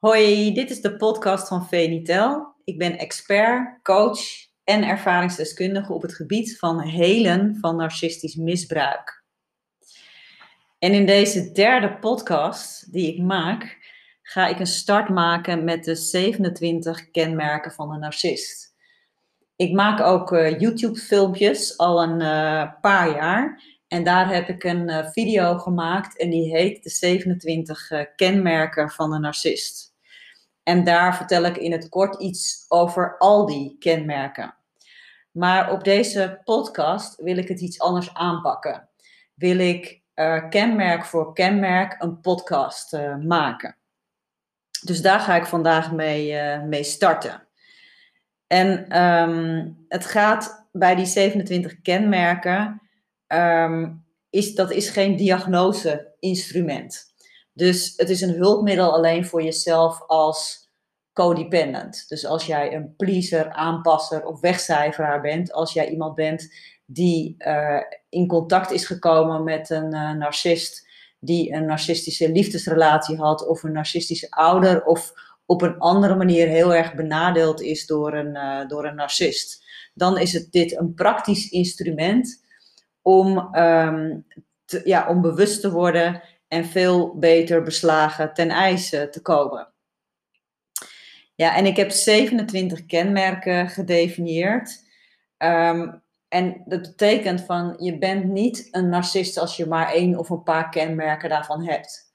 Hoi, dit is de podcast van Venitel. Ik ben expert, coach en ervaringsdeskundige op het gebied van helen van narcistisch misbruik. En in deze derde podcast die ik maak, ga ik een start maken met de 27 kenmerken van een narcist. Ik maak ook YouTube-filmpjes al een paar jaar. En daar heb ik een video gemaakt en die heet de 27 kenmerken van een narcist. En daar vertel ik in het kort iets over al die kenmerken. Maar op deze podcast wil ik het iets anders aanpakken. Wil ik kenmerk voor kenmerk een podcast maken. Dus daar ga ik vandaag mee starten. En het gaat bij die 27 kenmerken, dat is geen diagnose-instrument. Dus het is een hulpmiddel alleen voor jezelf als codependent. Dus als jij een pleaser, aanpasser of wegcijferaar bent, als jij iemand bent die in contact is gekomen met een narcist, die een narcistische liefdesrelatie had, of een narcistische ouder, of op een andere manier heel erg benadeeld is door een narcist, dan is dit een praktisch instrument om bewust te worden en veel beter beslagen ten ijze te komen. Ja, en ik heb 27 kenmerken gedefinieerd. En dat betekent van, je bent niet een narcist als je maar 1 of een paar kenmerken daarvan hebt.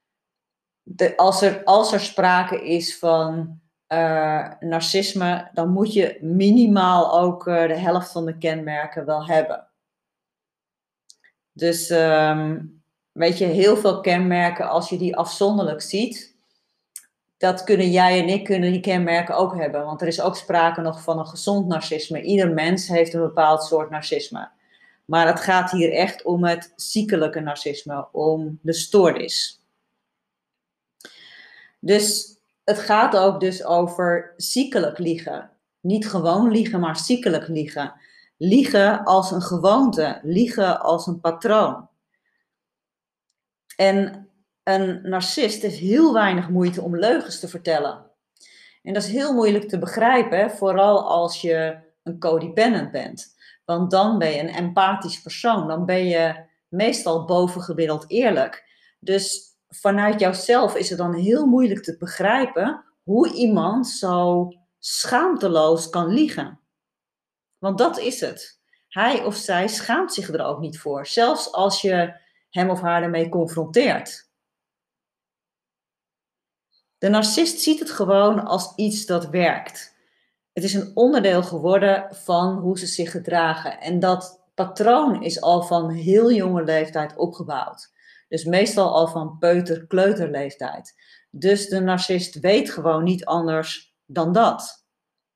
Als er sprake is van narcisme, dan moet je minimaal ook de helft van de kenmerken wel hebben. Dus weet je, heel veel kenmerken, als je die afzonderlijk ziet, dat kunnen jij en ik kunnen die kenmerken ook hebben. Want er is ook sprake nog van een gezond narcisme. Ieder mens heeft een bepaald soort narcisme. Maar het gaat hier echt om het ziekelijke narcisme, om de stoornis. Dus het gaat ook dus over ziekelijk liegen. Niet gewoon liegen, maar ziekelijk liegen. Liegen als een gewoonte, liegen als een patroon. En een narcist heeft heel weinig moeite om leugens te vertellen. En dat is heel moeilijk te begrijpen, vooral als je een codependent bent. Want dan ben je een empathisch persoon. Dan ben je meestal bovengemiddeld eerlijk. Dus vanuit jouzelf is het dan heel moeilijk te begrijpen hoe iemand zo schaamteloos kan liegen. Want dat is het. Hij of zij schaamt zich er ook niet voor. Zelfs als je hem of haar ermee confronteert. De narcist ziet het gewoon als iets dat werkt. Het is een onderdeel geworden van hoe ze zich gedragen. En dat patroon is al van heel jonge leeftijd opgebouwd. Dus meestal al van peuter-kleuterleeftijd. Dus de narcist weet gewoon niet anders dan dat.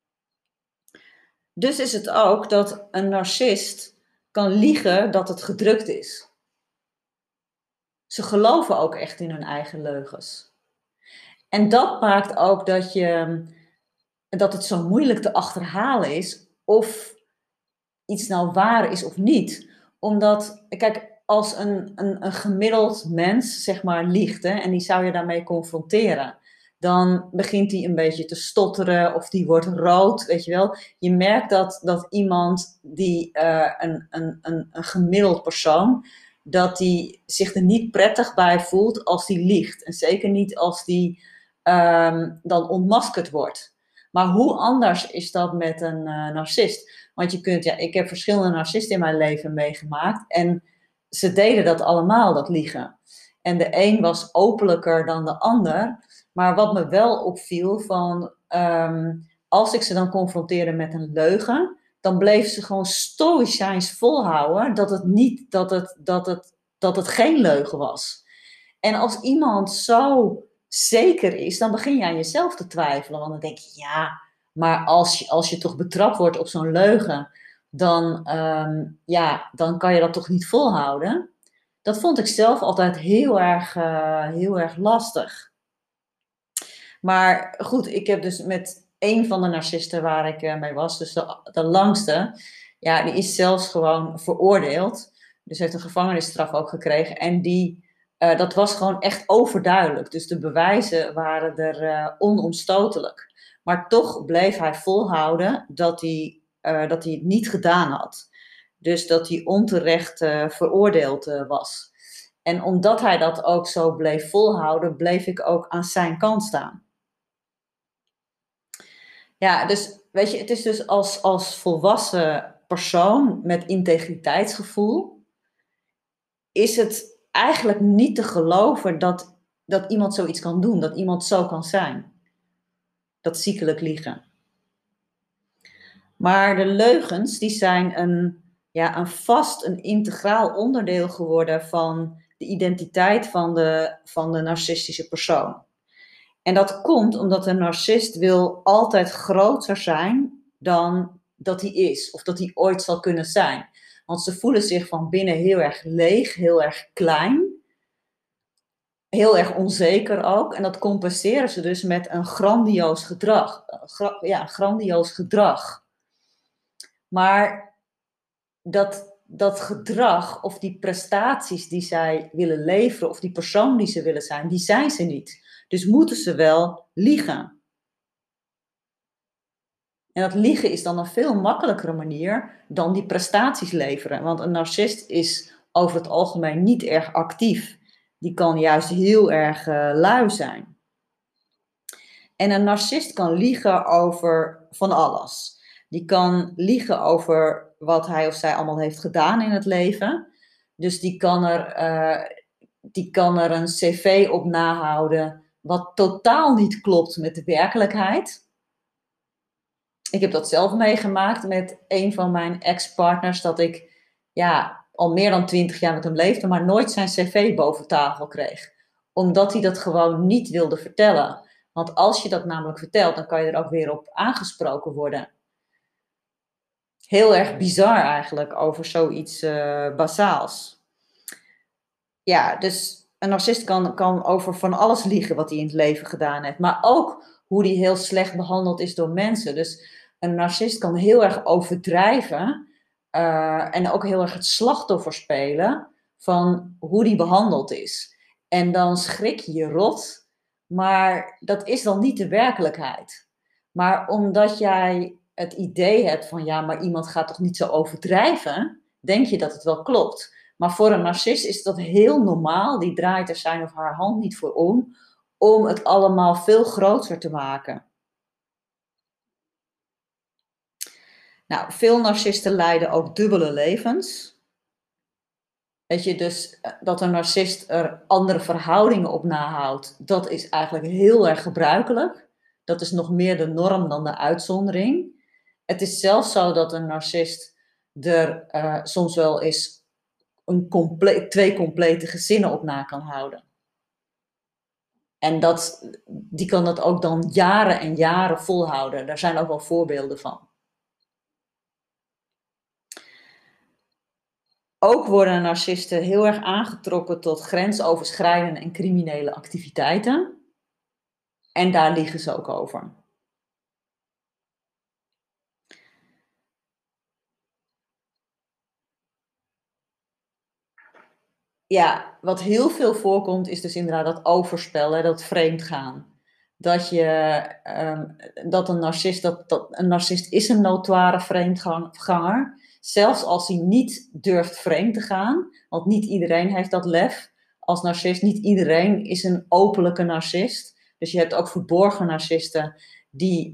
Dus is het ook dat een narcist kan liegen dat het gedrukt is. Ze geloven ook echt in hun eigen leugens. En dat maakt ook dat het zo moeilijk te achterhalen is of iets nou waar is of niet. Omdat, kijk, als een gemiddeld mens, zeg maar, liegt, hè, en die zou je daarmee confronteren, dan begint hij een beetje te stotteren of die wordt rood, weet je wel. Je merkt dat iemand die, een gemiddeld persoon, dat die zich er niet prettig bij voelt als die liegt. En zeker niet als die dan ontmaskerd wordt. Maar hoe anders is dat met een narcist? Want je kunt, ik heb verschillende narcisten in mijn leven meegemaakt. En ze deden dat allemaal, dat liegen. En de een was openlijker dan de ander. Maar wat me wel opviel, als ik ze dan confronteerde met een leugen, dan bleef ze gewoon stoïcijns volhouden dat het geen leugen was. En als iemand zo zeker is, dan begin je aan jezelf te twijfelen. Want dan denk je, ja, maar als je toch betrapt wordt op zo'n leugen, dan kan je dat toch niet volhouden. Dat vond ik zelf altijd heel erg lastig. Maar goed, ik heb dus met één van de narcisten waar ik mee was, dus de langste, die is zelfs gewoon veroordeeld. Dus heeft een gevangenisstraf ook gekregen. En die Dat was gewoon echt overduidelijk. Dus de bewijzen waren er onomstotelijk. Maar toch bleef hij volhouden dat hij het niet gedaan had. Dus dat hij onterecht veroordeeld was. En omdat hij dat ook zo bleef volhouden, bleef ik ook aan zijn kant staan. Ja, dus weet je, het is dus als volwassen persoon met integriteitsgevoel, is het eigenlijk niet te geloven dat iemand zoiets kan doen, dat iemand zo kan zijn. Dat ziekelijk liegen. Maar de leugens, die zijn een integraal onderdeel geworden van de identiteit van de narcistische persoon. En dat komt omdat een narcist wil altijd groter zijn dan dat hij is, of dat hij ooit zal kunnen zijn. Want ze voelen zich van binnen heel erg leeg, heel erg klein, heel erg onzeker ook. En dat compenseren ze dus met een grandioos gedrag. Grandioos gedrag. Maar dat gedrag of die prestaties die zij willen leveren of die persoon die ze willen zijn, die zijn ze niet. Dus moeten ze wel liegen. En dat liegen is dan een veel makkelijkere manier dan die prestaties leveren. Want een narcist is over het algemeen niet erg actief. Die kan juist heel erg lui zijn. En een narcist kan liegen over van alles. Die kan liegen over wat hij of zij allemaal heeft gedaan in het leven. Dus die kan er een cv op nahouden wat totaal niet klopt met de werkelijkheid. Ik heb dat zelf meegemaakt met een van mijn ex-partners, dat ik al meer dan 20 jaar met hem leefde, maar nooit zijn cv boven tafel kreeg. Omdat hij dat gewoon niet wilde vertellen. Want als je dat namelijk vertelt, dan kan je er ook weer op aangesproken worden. Heel erg bizar eigenlijk over zoiets basaals. Ja, dus een narcist kan over van alles liegen wat hij in het leven gedaan heeft. Maar ook hoe hij heel slecht behandeld is door mensen. Dus een narcist kan heel erg overdrijven en ook heel erg het slachtoffer spelen van hoe die behandeld is. En dan schrik je je rot, maar dat is dan niet de werkelijkheid. Maar omdat jij het idee hebt van ja, maar iemand gaat toch niet zo overdrijven, denk je dat het wel klopt. Maar voor een narcist is dat heel normaal. Die draait er zijn of haar hand niet voor om het allemaal veel groter te maken. Nou, veel narcisten leiden ook dubbele levens. Weet je, dus dat een narcist er andere verhoudingen op nahoudt, dat is eigenlijk heel erg gebruikelijk. Dat is nog meer de norm dan de uitzondering. Het is zelfs zo dat een narcist er soms wel eens twee complete gezinnen op na kan houden. En die kan dat ook dan jaren en jaren volhouden. Daar zijn ook wel voorbeelden van. Ook worden narcisten heel erg aangetrokken tot grensoverschrijdende en criminele activiteiten. En daar liegen ze ook over. Ja, wat heel veel voorkomt is dus inderdaad dat overspel, dat vreemdgaan. Dat een narcist is een notoire vreemdganger. Zelfs als hij niet durft vreemd te gaan, want niet iedereen heeft dat lef als narcist. Niet iedereen is een openlijke narcist. Dus je hebt ook verborgen narcisten die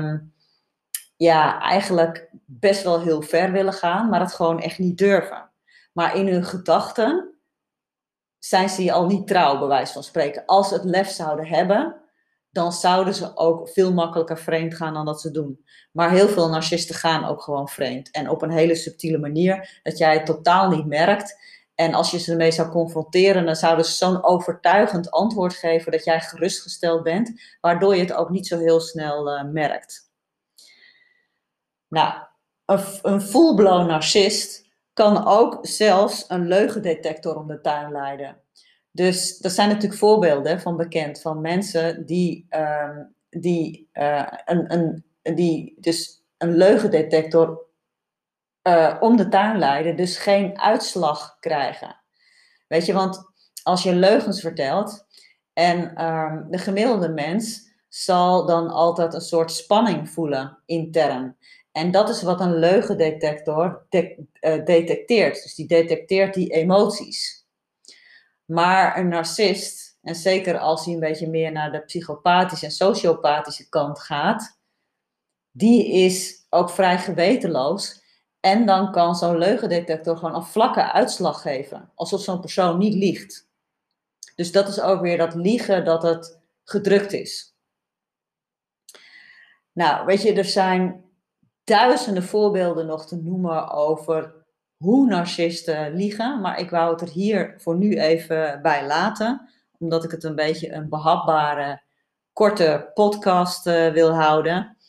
eigenlijk best wel heel ver willen gaan, maar het gewoon echt niet durven. Maar in hun gedachten zijn ze je al niet trouw, bij wijze van spreken. Als ze het lef zouden hebben, dan zouden ze ook veel makkelijker vreemd gaan dan dat ze doen. Maar heel veel narcisten gaan ook gewoon vreemd. En op een hele subtiele manier, dat jij het totaal niet merkt. En als je ze ermee zou confronteren, dan zouden ze zo'n overtuigend antwoord geven dat jij gerustgesteld bent, waardoor je het ook niet zo heel snel merkt. Nou, een full-blown narcist kan ook zelfs een leugendetector om de tuin leiden. Dus er zijn natuurlijk voorbeelden van bekend van mensen die dus een leugendetector om de tuin leiden, dus geen uitslag krijgen. Weet je, want als je leugens vertelt en de gemiddelde mens zal dan altijd een soort spanning voelen intern. En dat is wat een leugendetector detecteert. Dus die detecteert die emoties. Maar een narcist, en zeker als hij een beetje meer naar de psychopathische en sociopathische kant gaat, die is ook vrij gewetenloos. En dan kan zo'n leugendetector gewoon een vlakke uitslag geven. Alsof zo'n persoon niet liegt. Dus dat is ook weer dat liegen dat het gedrukt is. Nou, weet je, er zijn duizenden voorbeelden nog te noemen over hoe narcisten liegen. Maar ik wou het er hier voor nu even bij laten. Omdat ik het een beetje een behapbare, korte podcast wil houden.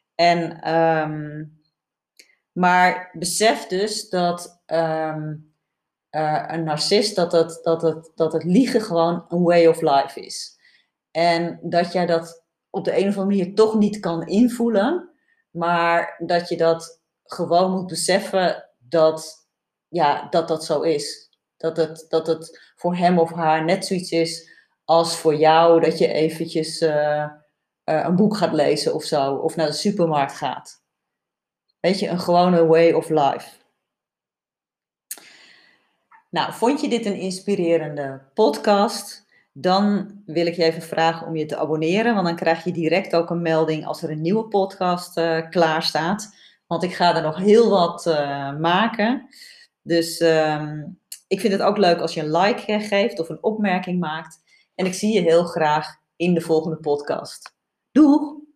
Maar besef dus dat een narcist, dat het liegen gewoon een way of life is. En dat jij dat op de een of andere manier toch niet kan invoelen, maar dat je dat gewoon moet beseffen dat zo is. Dat het voor hem of haar net zoiets is als voor jou dat je eventjes een boek gaat lezen of zo, of naar de supermarkt gaat. Weet je, een gewone way of life. Nou, vond je dit een inspirerende podcast? Dan wil ik je even vragen om je te abonneren, want dan krijg je direct ook een melding als er een nieuwe podcast klaar staat. Want ik ga er nog heel wat maken. Dus ik vind het ook leuk als je een like geeft of een opmerking maakt. En ik zie je heel graag in de volgende podcast. Doeg!